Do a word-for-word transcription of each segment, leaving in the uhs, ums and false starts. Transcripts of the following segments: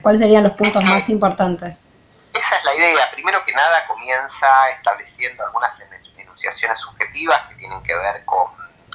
¿Cuáles serían los puntos más importantes? Esa es la idea. Primero que nada comienza estableciendo algunas enunciaciones subjetivas que tienen que ver con,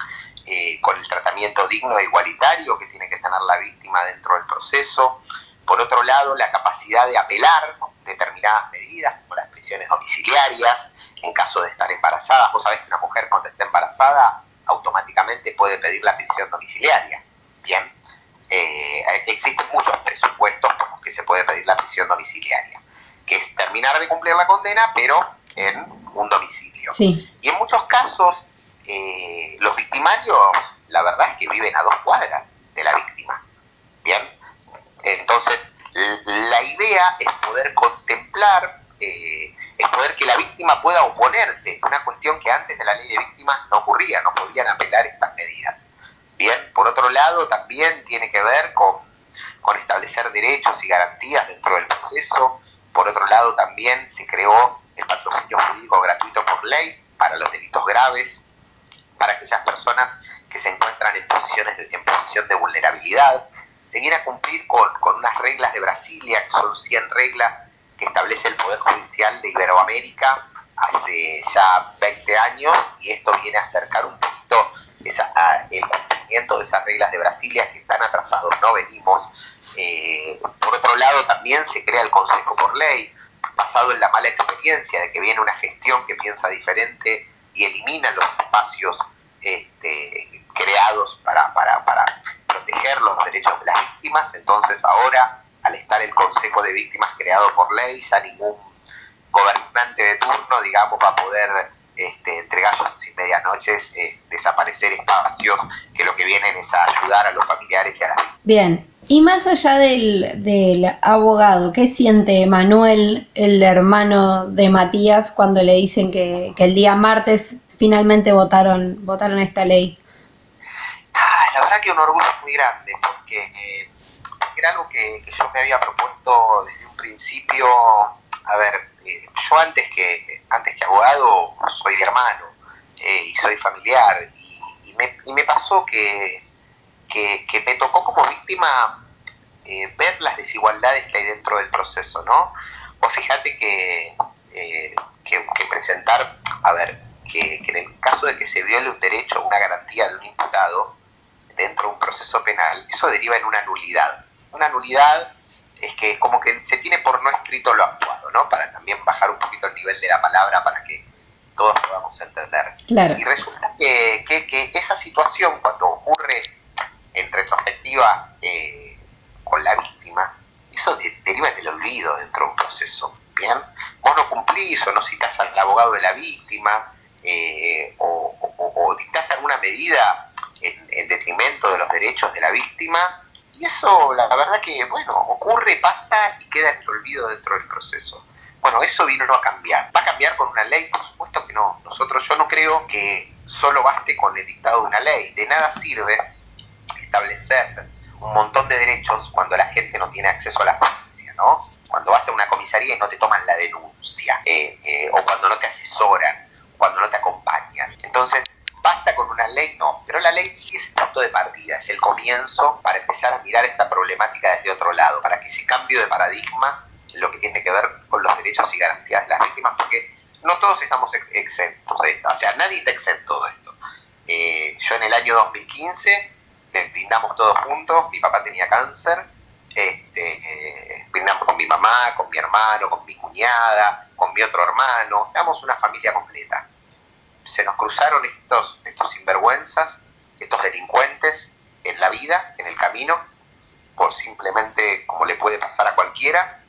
eh, con el tratamiento digno e igualitario que tiene que tener la víctima dentro del proceso. Por otro lado, la capacidad de apelar determinadas medidas, como las prisiones domiciliarias, en caso de estar embarazada. Vos sabés que una mujer cuando está embarazada automáticamente puede pedir la prisión domiciliaria. Bien, eh, existen muchos presupuestos por los que se puede pedir la prisión domiciliaria, que es terminar de cumplir la condena, pero en un domicilio. Sí. Y en muchos casos, eh, los victimarios, la verdad es que viven a dos cuadras de la víctima. Bien, entonces la idea es poder contemplar, eh, es poder que la víctima pueda oponerse, una cuestión que antes de la ley de víctimas no ocurría, no podían apelar estas medidas. Bien, por otro lado también tiene que ver con, con establecer derechos y garantías dentro del proceso. Por otro lado también se creó el patrocinio jurídico gratuito por ley para los delitos graves, para aquellas personas que se encuentran en, posiciones de, en posición de vulnerabilidad. Se viene a cumplir con, con unas reglas de Brasilia, que son cien reglas que establece el Poder Judicial de Iberoamérica hace ya veinte años, y esto viene a acercar un poquito esa, a, el cumplimiento de esas reglas de Brasilia, que están atrasados, no venimos. Eh, por otro lado, también se crea el Consejo por Ley, basado en la mala experiencia de que viene una gestión que piensa diferente y elimina los espacios este, creados para, para, para proteger los derechos de las víctimas. Entonces ahora, al estar el Consejo de Víctimas creado por ley, ya ningún gobernante de turno, digamos, va a poder este, entre gallos y medianoches eh, desaparecer espacios que lo que vienen es a ayudar a los familiares y a las víctimas. Bien, y más allá del, del abogado, ¿qué siente Manuel, el hermano de Matías, cuando le dicen que, que el día martes finalmente votaron, votaron esta ley? La verdad que un orgullo muy grande, porque, eh, porque era algo que, que yo me había propuesto desde un principio. A ver, eh, yo antes que antes que abogado soy hermano eh, y soy familiar, y, y, me, y me pasó que, que, que me tocó como víctima eh, ver las desigualdades que hay dentro del proceso, ¿no? Vos fíjate que, eh, que, que presentar, a ver, que, que en el caso de que se viole un derecho, una garantía de un imputado dentro de un proceso penal, eso deriva en una nulidad. Una nulidad es que como que se tiene por no escrito lo actuado, ¿no? Para también bajar un poquito el nivel de la palabra para que todos podamos entender. Claro. Y resulta que, que, que esa situación, cuando ocurre en retrospectiva eh, con la víctima, eso de, deriva en el olvido dentro de un proceso, ¿bien? Vos no cumplís o no citás al abogado de la víctima, eh, o, o, o dictás alguna medida En, en detrimento de los derechos de la víctima, y eso la, la verdad que, bueno, ocurre, pasa y queda en el olvido dentro del proceso. Bueno, eso vino a cambiar. ¿Va a cambiar con una ley? Por supuesto que no. Nosotros, yo no creo que solo baste con el dictado de una ley. De nada sirve establecer un montón de derechos cuando la gente no tiene acceso a la justicia, ¿no? Cuando vas a una comisaría y no te toman la denuncia, eh, eh, o cuando no te asesoran, cuando no te acompañan. Entonces, ¿basta con una ley? No, pero la ley sí es el punto de partida, es el comienzo para empezar a mirar esta problemática desde otro lado, para que ese cambio de paradigma en lo que tiene que ver con los derechos y garantías de las víctimas, porque no todos estamos ex exentos de esto, o sea, nadie está exento de esto. Eh, yo en el año dos mil quince le brindamos todos juntos, mi papá tenía cáncer, este, eh, brindamos con mi mamá, con mi hermano, con mi cuñada, con mi otro hermano, éramos una familia completa. Se nos cruzaron estos, estos sinvergüenzas, estos delincuentes en la vida, en el camino, por simplemente, como le puede pasar a cualquiera,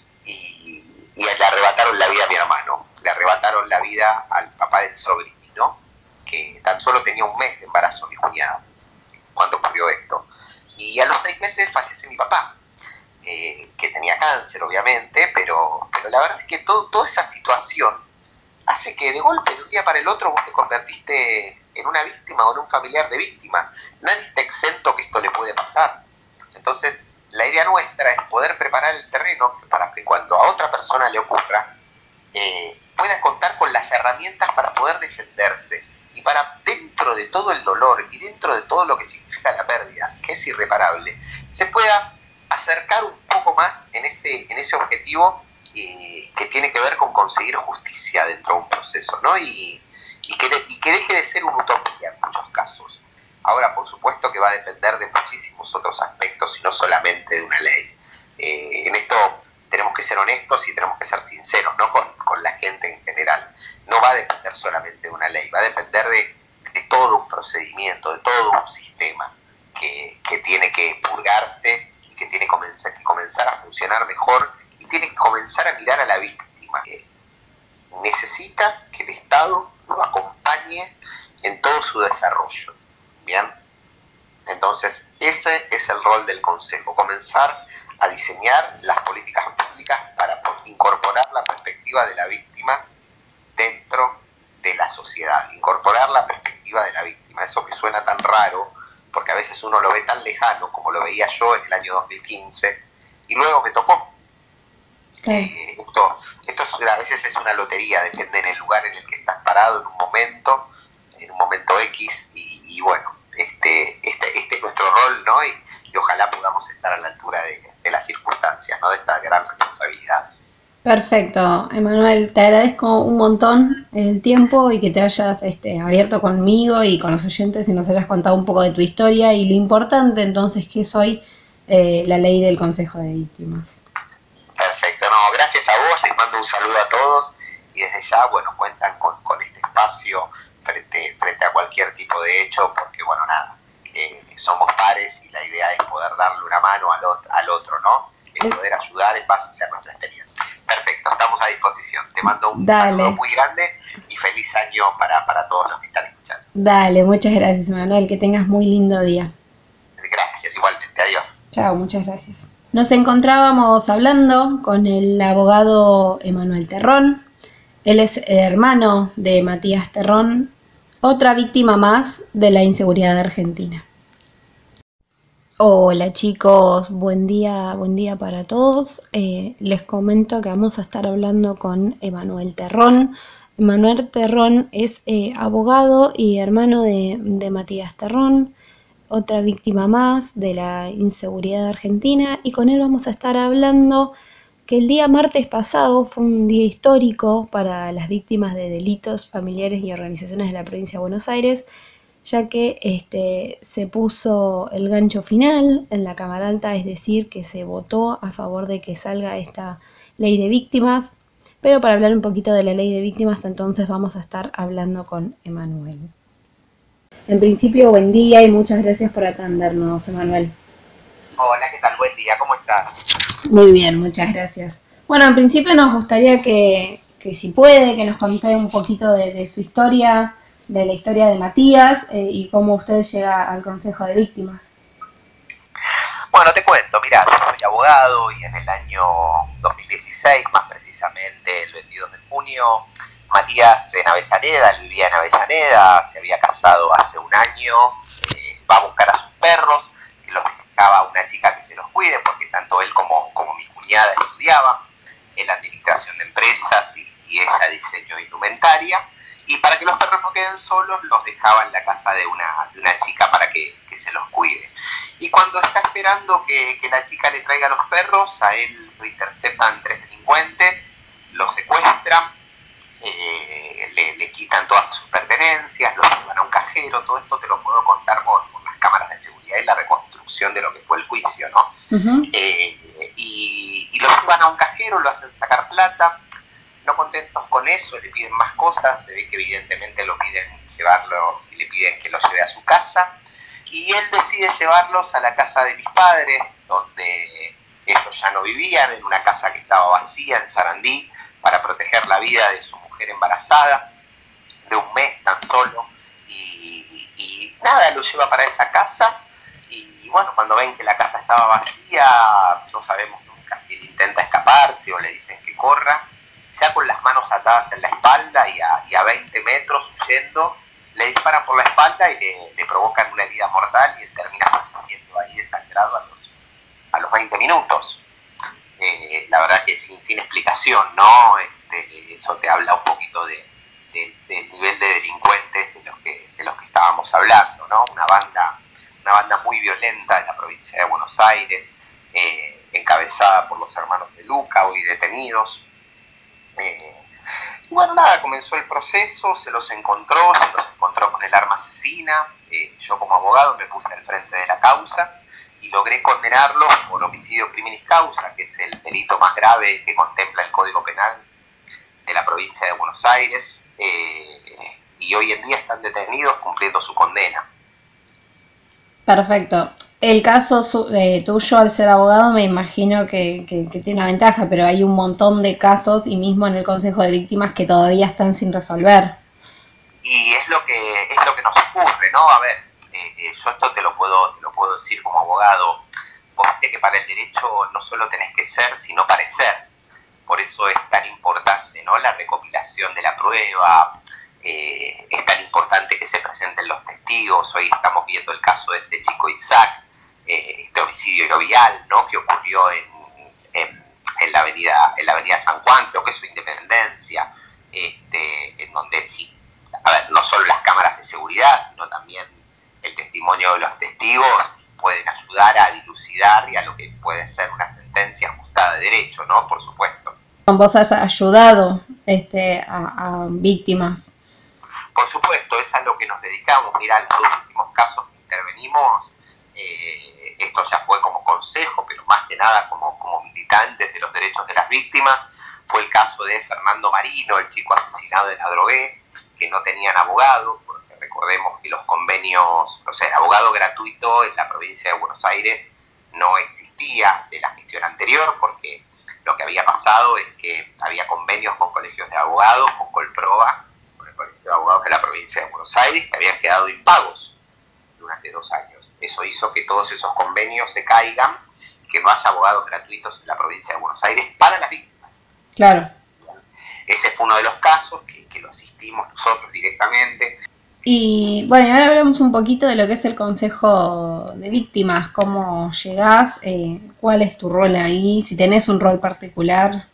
y, y le arrebataron la vida a mi hermano, le arrebataron la vida al papá de mi sobrino, que tan solo tenía un mes de embarazo, mi cuñado, cuando ocurrió esto. Y a los seis meses fallece mi papá, eh, que tenía cáncer, obviamente, pero, pero la verdad es que todo, toda esa situación hace que de golpe, de un día para el otro, vos te convertiste en una víctima o en un familiar de víctima. Nadie está exento que esto le puede pasar. Entonces, la idea nuestra es poder preparar el terreno para que cuando a otra persona le ocurra, eh, pueda contar con las herramientas para poder defenderse. Y para, dentro de todo el dolor y dentro de todo lo que significa la pérdida, que es irreparable, se pueda acercar un poco más en ese objetivo eh, que tiene que ver con conseguir justicia dentro de un proceso, ¿no? Y, y, que, y que deje de ser una utopía en muchos casos. Ahora, por supuesto que va a depender de muchísimos otros aspectos y no solamente de una ley. Eh, en esto tenemos que ser honestos y tenemos que ser sinceros, ¿no? con, con la gente en general. No va a depender solamente de una ley, va a depender de, de todo un procedimiento, de todo un sistema que, que tiene que purgarse y que tiene comenzar, que comenzar a funcionar mejor y tiene que comenzar a mirar a la víctima. Eh, necesita que el Estado lo acompañe en todo su desarrollo. ¿Bien? Entonces, ese es el rol del Consejo, comenzar a diseñar las políticas públicas para incorporar la perspectiva de la víctima dentro de la sociedad, incorporar la perspectiva de la víctima, eso que suena tan raro, porque a veces uno lo ve tan lejano, como lo veía yo en el año dos mil quince, y luego me tocó. Sí. Eh, esto, esto es, a veces es una lotería, depende en el lugar en el que estás parado en un momento, en un momento X, y, y bueno, este, este, este es nuestro rol, ¿no? Y, y ojalá podamos estar a la altura de, de las circunstancias, ¿no? De esta gran responsabilidad. Perfecto, Emanuel, te agradezco un montón el tiempo y que te hayas este, abierto conmigo y con los oyentes y nos hayas contado un poco de tu historia y lo importante entonces que es hoy eh, la ley del Consejo de Víctimas. Perfecto, no, gracias a vos, les mando un saludo a todos y desde ya, bueno, cuentan con, con este espacio frente, frente a cualquier tipo de hecho, porque bueno, nada, eh, somos pares y la idea es poder darle una mano al, al otro, ¿no? Es poder ayudar en base a nuestra experiencia. Perfecto, estamos a disposición. Te mando un Dale. saludo muy grande y feliz año para, para todos los que están escuchando. Dale, muchas gracias, Emanuel, que tengas muy lindo día. Gracias, igualmente, adiós. Chao, muchas gracias. Nos encontrábamos hablando con el abogado Emanuel Terrón. Él es el hermano de Matías Terrón, otra víctima más de la inseguridad argentina. Hola chicos, buen día, buen día para todos. Eh, les comento que vamos a estar hablando con Emanuel Terrón. Emanuel Terrón es eh, abogado y hermano de, de Matías Terrón, otra víctima más de la inseguridad argentina, y con él vamos a estar hablando que el día martes pasado fue un día histórico para las víctimas de delitos familiares y organizaciones de la provincia de Buenos Aires, ya que este, se puso el gancho final en la Cámara Alta, es decir, que se votó a favor de que salga esta ley de víctimas. Pero para hablar un poquito de la ley de víctimas, entonces vamos a estar hablando con Emanuel. En principio, buen día y muchas gracias por atendernos, Emanuel. Hola, ¿qué tal? Buen día, ¿cómo estás? Muy bien, muchas gracias. Bueno, en principio nos gustaría que, que si puede, que nos conté un poquito de, de su historia, de la historia de Matías eh, y cómo usted llega al Consejo de Víctimas. Bueno, te cuento, mira, yo soy abogado y en el año dos mil dieciséis, más precisamente el veintidós de junio, Matías en Avellaneda, él vivía en Avellaneda, se había casado hace un año, eh, va a buscar a sus perros, que los dejaba una chica que se los cuide, porque tanto él como, como mi cuñada estudiaban en la administración de empresas y, y ella diseño e indumentaria, y para que los perros no queden solos, los dejaba en la casa de una, de una chica para que, que se los cuide. Y cuando está esperando que, que la chica le traiga los perros, a él lo interceptan tres delincuentes, lo secuestran, eh, le, le quitan todas sus pertenencias, lo llevan a un cajero. Todo esto te lo puedo contar por, por las cámaras de seguridad y la reconstrucción de lo que fue el juicio, ¿no? Uh-huh. eh, y, y lo llevan a un cajero, lo hacen sacar plata. No contentos con eso, le piden más cosas, se ve que evidentemente lo piden llevarlo y le piden que lo lleve a su casa, y él decide llevarlos a la casa de mis padres, donde ellos ya no vivían, en una casa que estaba vacía en Sarandí, para proteger la vida de su mujer embarazada, de un mes tan solo, y, y nada, lo lleva para esa casa, y bueno, cuando ven que la casa estaba vacía, no sabemos nunca si él intenta escaparse o le dicen que corra. Ya con las manos atadas en la espalda y a, y a veinte metros huyendo, le disparan por la espalda y le, le provocan una herida mortal y él termina falleciendo ahí desangrado a los, a los veinte minutos. Eh, la verdad que sin, sin explicación, ¿no? Este, eso te habla un poquito de, de, del nivel de delincuentes de los que, de los que estábamos hablando, ¿no? Una banda, una banda muy violenta en la provincia de Buenos Aires, eh, encabezada por los hermanos hermanos de Luca, hoy detenidos. Eh, y bueno, nada, comenzó el proceso, se los encontró, se los encontró con el arma asesina. Eh, yo como abogado me puse al frente de la causa y logré condenarlos por homicidio criminis causa, que es el delito más grave que contempla el Código Penal de la provincia de Buenos Aires, eh, y hoy en día están detenidos cumpliendo su condena. Perfecto. El caso eh, tuyo, al ser abogado, me imagino que, que, que tiene una ventaja, pero hay un montón de casos, y mismo en el Consejo de Víctimas, que todavía están sin resolver. Y es lo que es lo que nos ocurre, ¿no? A ver, eh, eh, yo esto te lo puedo te lo puedo decir como abogado. Vos viste que para el derecho no solo tenés que ser, sino parecer. Por eso es tan importante, ¿no?, la recopilación de la prueba. Eh, es tan importante que se presenten los testigos. Hoy estamos viendo el caso de este chico Isaac, eh, este homicidio vial, ¿no?, que ocurrió en, en, en, la avenida, en la avenida San Juan, creo que es su Independencia, este, en donde sí, a ver, no solo las cámaras de seguridad, sino también el testimonio de los testigos pueden ayudar a dilucidar y a lo que puede ser una sentencia ajustada de derecho, ¿no?, por supuesto. Vos has ayudado este, a, a víctimas. Por supuesto, es a lo que nos dedicamos. Mirá, en los dos últimos casos que intervenimos, eh, esto ya fue como consejo, pero más que nada como, como militantes de los derechos de las víctimas. Fue el caso de Fernando Marino, el chico asesinado en Adrogué, que no tenían abogado, porque recordemos que los convenios, o sea, el abogado gratuito en la provincia de Buenos Aires no existía de la gestión anterior, porque lo que había pasado es que había convenios con colegios de abogados, con Colproa, con el colegio de abogados de la provincia de Buenos Aires, que habían quedado impagos durante dos años. Eso hizo que todos esos convenios se caigan y que no haya abogados gratuitos en la provincia de Buenos Aires para las víctimas. Claro. Ese fue uno de los casos que, que lo asistimos nosotros directamente. Y bueno, y ahora hablamos un poquito de lo que es el Consejo de Víctimas, cómo llegás, eh, cuál es tu rol ahí, si tenés un rol particular.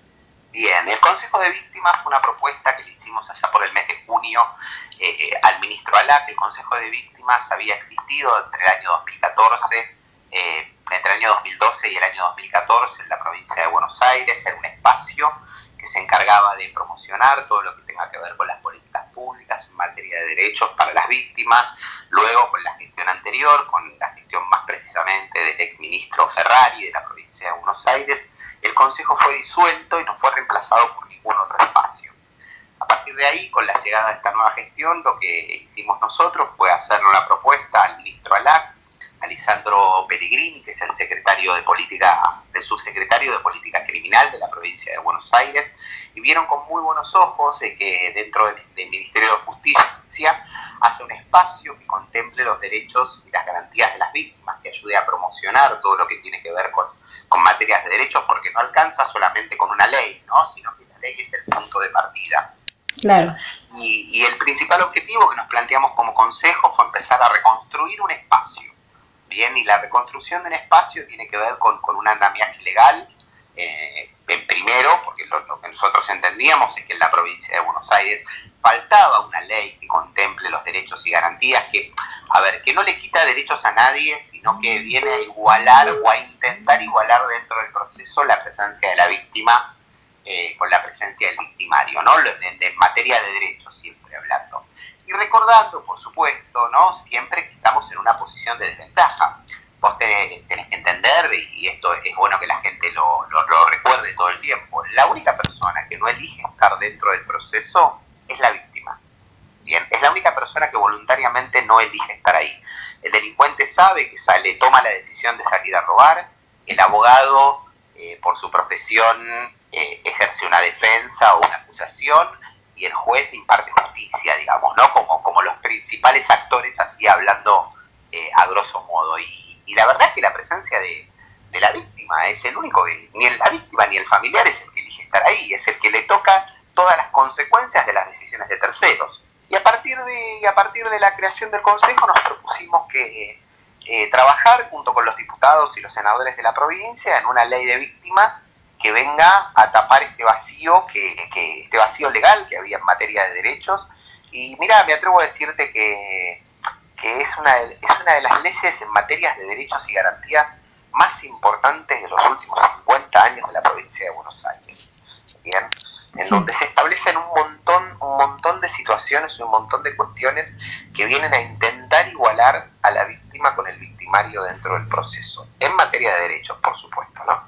Bien, el Consejo de Víctimas fue una propuesta que le hicimos allá por el mes de junio eh, al ministro Alac. El Consejo de Víctimas había existido entre el año dos mil catorce, eh, entre el año dos mil doce y el año dos mil catorce en la provincia de Buenos Aires. Era un espacio que se encargaba de promocionar todo lo que tenga que ver con las políticas públicas en materia de derechos para las víctimas. Luego, con la gestión anterior, con la gestión más precisamente del exministro Ferrari de la provincia de Buenos Aires, el Consejo fue disuelto y no fue reemplazado por ningún otro espacio. A partir de ahí, con la llegada de esta nueva gestión, lo que hicimos nosotros fue hacerle una propuesta al ministro Alac, a Lisandro Pellegrini, que es el secretario de política, del subsecretario de Política Criminal de la provincia de Buenos Aires, y vieron con muy buenos ojos de que dentro del, del Ministerio de Justicia hace un espacio que contemple los derechos y las garantías de las víctimas, que ayude a promocionar todo lo que tiene que ver con, con materias de derechos, porque no alcanza solamente con una ley, ¿no?, sino que la ley es el punto de partida. Claro. Y, y el principal objetivo que nos planteamos como consejo fue empezar a reconstruir un espacio. Bien, y la reconstrucción de un espacio tiene que ver con, con un andamiaje legal, eh, primero, porque lo, lo que nosotros entendíamos es que en la provincia de Buenos Aires faltaba una ley que contemple los derechos y garantías, que, a ver, que no le quita derechos a nadie, sino que viene a igualar o a intentar igualar dentro del proceso la presencia de la víctima eh, con la presencia del victimario, ¿no?, en, en materia de derechos, siempre hablando. Y recordando, por supuesto, ¿no?, siempre que estamos en una posición de desventaja. Vos tenés, tenés que entender, y esto es bueno que la gente lo, lo, lo recuerde todo el tiempo, la única persona que no elige estar dentro del proceso es la víctima. Bien, es la única persona que voluntariamente no elige estar ahí. El delincuente sabe que sale, toma la decisión de salir a robar, el abogado, eh, por su profesión, eh, ejerce una defensa o una acusación, y el juez imparte justicia, digamos, ¿no?, como, como los principales actores, así hablando eh, a grosso modo. Y, y la verdad es que la presencia de, de la víctima es el único que, ni la víctima ni el familiar es el que elige estar ahí, es el que le toca todas las consecuencias de las decisiones de terceros. Y a partir de, a partir de la creación del Consejo nos propusimos que eh, trabajar junto con los diputados y los senadores de la provincia en una ley de víctimas que venga a tapar este vacío, que, que este vacío legal que había en materia de derechos. Y mira, me atrevo a decirte que, que es, una, es una de las leyes en materias de derechos y garantías más importantes de los últimos cincuenta años de la provincia de Buenos Aires, ¿bien? En sí. donde se establecen un montón, un montón de situaciones y un montón de cuestiones que vienen a intentar igualar a la víctima con el victimario dentro del proceso, en materia de derechos, por supuesto, ¿no?